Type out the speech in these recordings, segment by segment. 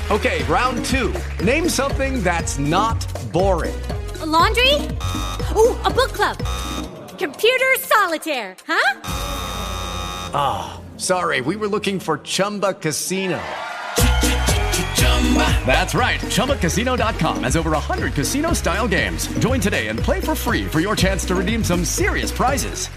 Okay, round two. Name something that's not boring. A laundry? Ooh, a book club. Computer solitaire, huh? Ah, sorry, we were looking for Chumba Casino. That's right, ChumbaCasino.com has over 100 casino-style games. Join today and play for free for your chance to redeem some serious prizes.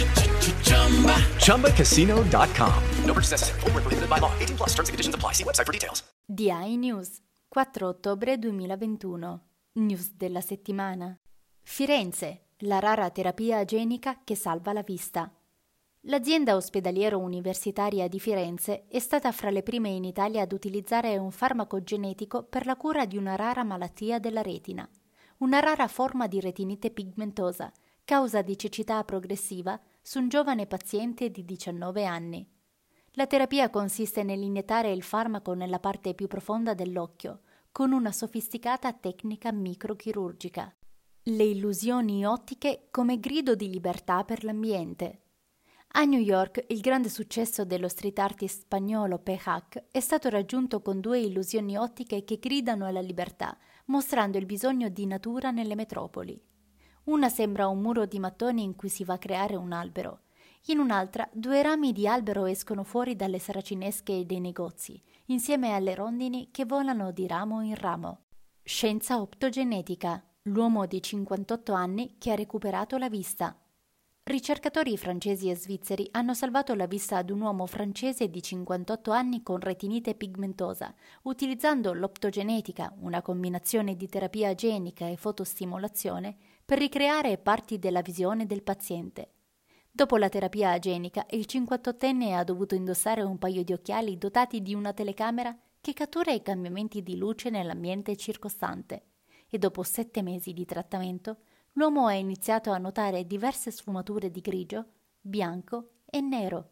ChumbaCasino.com. No purchase necessary. Void where prohibited by law. 18 plus. Terms and conditions apply. See website for details. DI News, 4 ottobre 2021. News della settimana. Firenze, la rara terapia agenica che salva la vista. L'azienda ospedaliero-universitaria di Firenze è stata fra le prime in Italia ad utilizzare un farmaco genetico per la cura di una rara malattia della retina, una rara forma di retinite pigmentosa, causa di cecità progressiva su un giovane paziente di 19 anni. La terapia consiste nell'iniettare il farmaco nella parte più profonda dell'occhio, con una sofisticata tecnica microchirurgica. Le illusioni ottiche come grido di libertà per l'ambiente. A New York il grande successo dello street artist spagnolo Pejac è stato raggiunto con 2 illusioni ottiche che gridano alla libertà, mostrando il bisogno di natura nelle metropoli. Una sembra un muro di mattoni in cui si va a creare un albero. In un'altra 2 rami di albero escono fuori dalle saracinesche dei negozi, insieme alle rondini che volano di ramo in ramo. Scienza optogenetica. L'uomo di 58 anni che ha recuperato la vista. Ricercatori francesi e svizzeri hanno salvato la vista ad un uomo francese di 58 anni con retinite pigmentosa, utilizzando l'optogenetica, una combinazione di terapia agenica e fotostimolazione, per ricreare parti della visione del paziente. Dopo la terapia agenica, il 58enne ha dovuto indossare un paio di occhiali dotati di una telecamera che cattura i cambiamenti di luce nell'ambiente circostante. E dopo 7 mesi di trattamento, l'uomo ha iniziato a notare diverse sfumature di grigio, bianco e nero.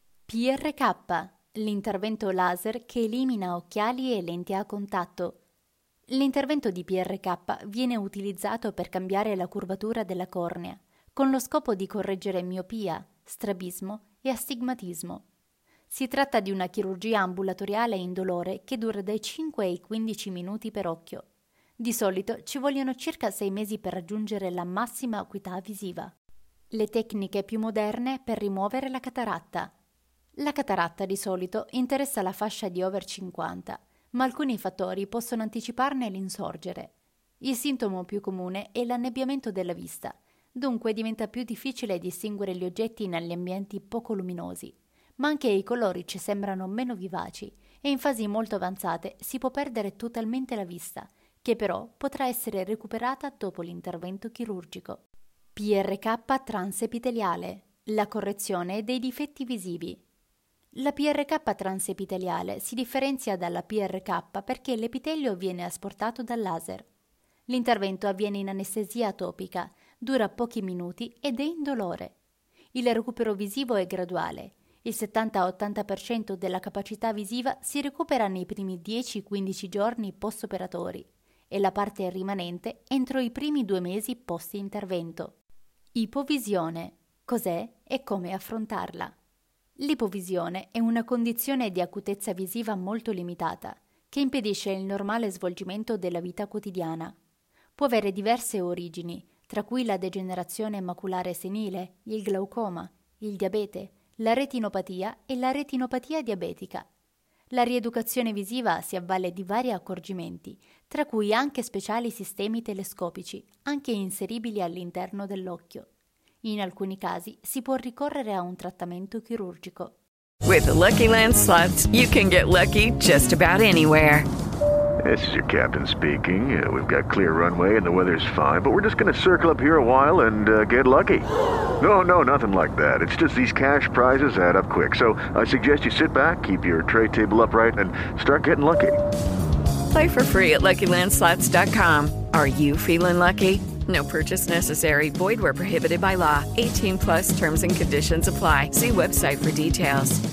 PRK, l'intervento laser che elimina occhiali e lenti a contatto. L'intervento di PRK viene utilizzato per cambiare la curvatura della cornea, con lo scopo di correggere miopia, strabismo e astigmatismo. Si tratta di una chirurgia ambulatoriale indolore che dura dai 5 ai 15 minuti per occhio. Di solito ci vogliono circa 6 mesi per raggiungere la massima acuità visiva. Le tecniche più moderne per rimuovere la cataratta. La cataratta di solito interessa la fascia di over 50, ma alcuni fattori possono anticiparne l'insorgere. Il sintomo più comune è l'annebbiamento della vista, dunque diventa più difficile distinguere gli oggetti negli ambienti poco luminosi, ma anche i colori ci sembrano meno vivaci e in fasi molto avanzate si può perdere totalmente la vista, che però potrà essere recuperata dopo l'intervento chirurgico. PRK transepiteliale, la correzione dei difetti visivi. La PRK transepiteliale si differenzia dalla PRK perché l'epitelio viene asportato dal laser. L'intervento avviene in anestesia topica, dura pochi minuti ed è indolore. Il recupero visivo è graduale. Il 70-80% della capacità visiva si recupera nei primi 10-15 giorni post-operatori e la parte rimanente entro i primi 2 mesi post-intervento. Ipovisione. Cos'è e come affrontarla? L'ipovisione è una condizione di acutezza visiva molto limitata che impedisce il normale svolgimento della vita quotidiana. Può avere diverse origini, tra cui la degenerazione maculare senile, il glaucoma, il diabete, la retinopatia e la retinopatia diabetica. La rieducazione visiva si avvale di vari accorgimenti, tra cui anche speciali sistemi telescopici, anche inseribili all'interno dell'occhio. In alcuni casi si può ricorrere a un trattamento chirurgico. With the Lucky Land Slots, you can get lucky just about anywhere. This is your captain speaking. We've got clear runway and the weather's fine, but we're just going to circle up here a while and get lucky. No, nothing like that. It's just these cash prizes add up quick. So I suggest you sit back, keep your tray table upright, and start getting lucky. Play for free at LuckyLandSlots.com. Are you feeling lucky? No purchase necessary. Void where prohibited by law. 18 plus terms and conditions apply. See website for details.